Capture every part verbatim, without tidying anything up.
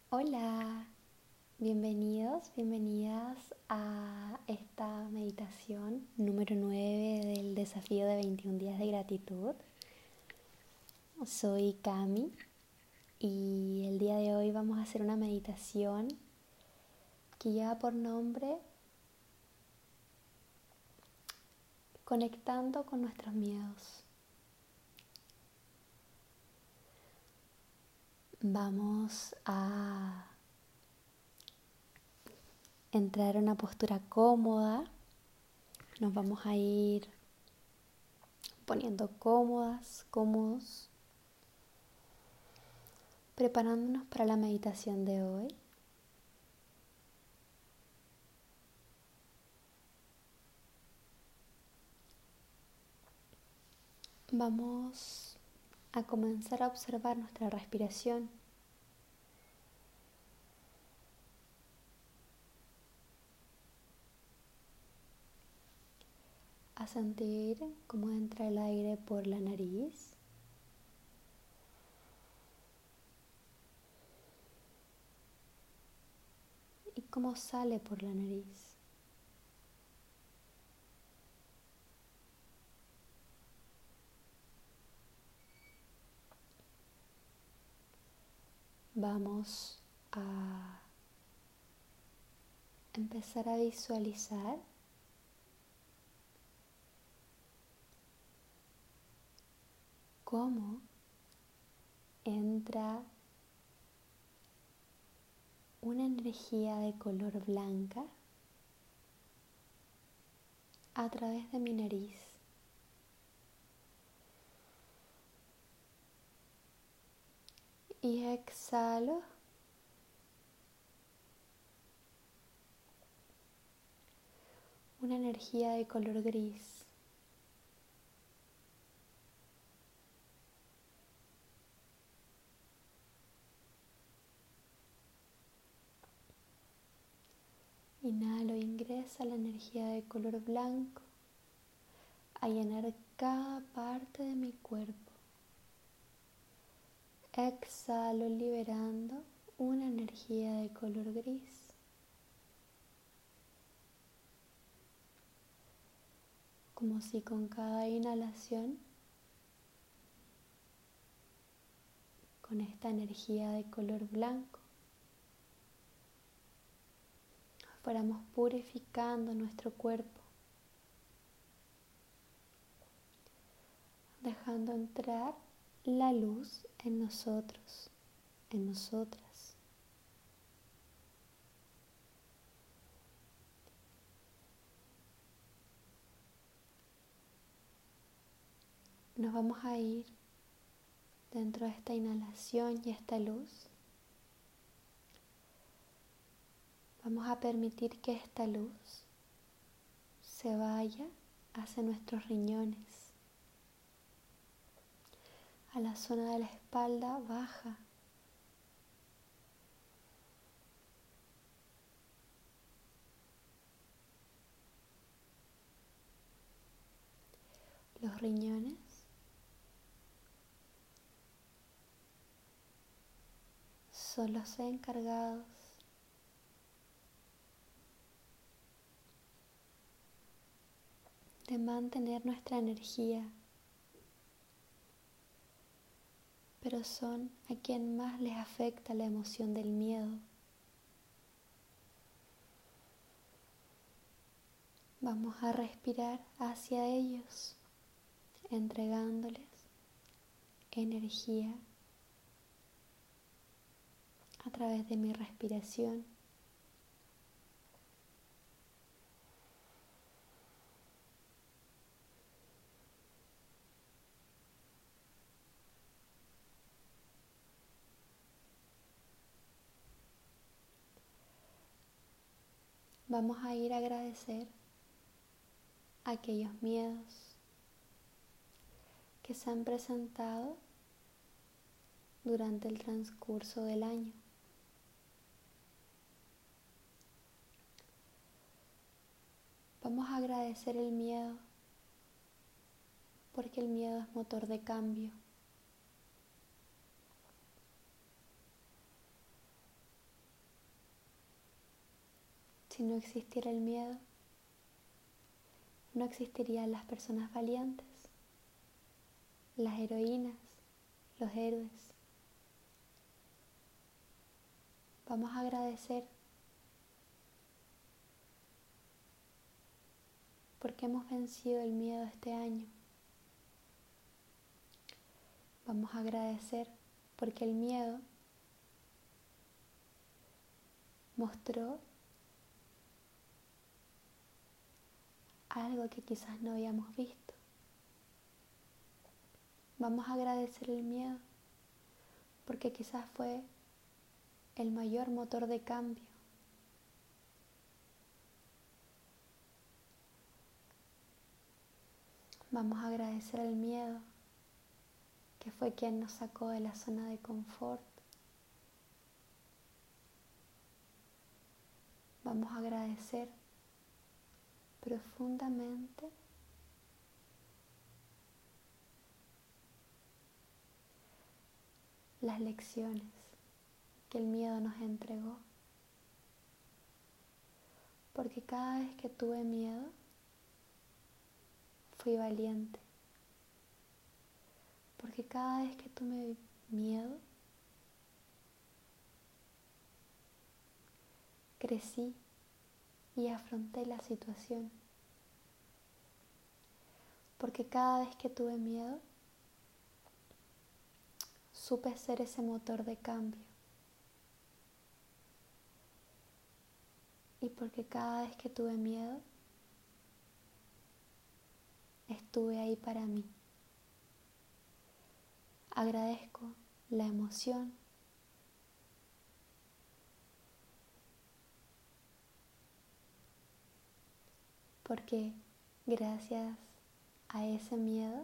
Hola, bienvenidos, bienvenidas a esta meditación número nueve del desafío de veintiún días de gratitud. Soy Cami y el día de hoy vamos a hacer una meditación que lleva por nombre Conectando con nuestros miedos. Vamos a entrar en una postura cómoda. Nos vamos a ir poniendo cómodas, cómodos, preparándonos para la meditación de hoy. Vamos a comenzar a observar nuestra respiración. A sentir cómo entra el aire por la nariz y cómo sale por la nariz. Vamos a empezar a visualizar cómo entra una energía de color blanca a través de mi nariz. Y exhalo una energía de color gris. Inhalo e ingresa la energía de color blanco a llenar cada parte de mi cuerpo. Exhalo liberando una energía de color gris. Como si con cada inhalación, con esta energía de color blanco, fuéramos purificando nuestro cuerpo, dejando entrar la luz en nosotros, en nosotras. Nos vamos a ir dentro de esta inhalación y esta luz. Vamos a permitir que esta luz se vaya hacia nuestros riñones, a la zona de la espalda baja. Los riñones son los encargados de mantener nuestra energía, pero son a quien más les afecta la emoción del miedo. Vamos a respirar hacia ellos, entregándoles energía a través de mi respiración. Vamos a ir a agradecer a aquellos miedos que se han presentado durante el transcurso del año. Vamos a agradecer el miedo porque el miedo es motor de cambio. si no existiera el miedo, no existirían las personas valientes, las heroínas, los héroes. Vamos a agradecer porque hemos vencido el miedo este año. Vamos a agradecer porque el miedo mostró algo que quizás no habíamos visto. Vamos a agradecer el miedo porque quizás fue el mayor motor de cambio. Vamos a agradecer el miedo que fue quien nos sacó de la zona de confort. Vamos a agradecer profundamente las lecciones que el miedo nos entregó. Porque cada vez que tuve miedo, fui valiente. Porque cada vez que tuve miedo, crecí y afronté la situación. Porque cada vez que tuve miedo, supe ser ese motor de cambio. Y porque cada vez que tuve miedo, estuve ahí para mí. Agradezco la emoción, porque gracias a ese miedo,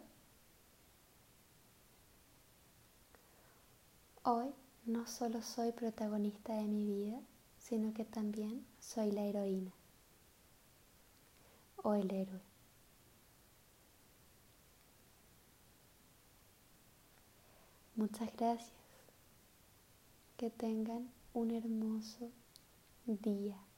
hoy no solo soy protagonista de mi vida, sino que también soy la heroína o el héroe. Muchas gracias. Que tengan un hermoso día.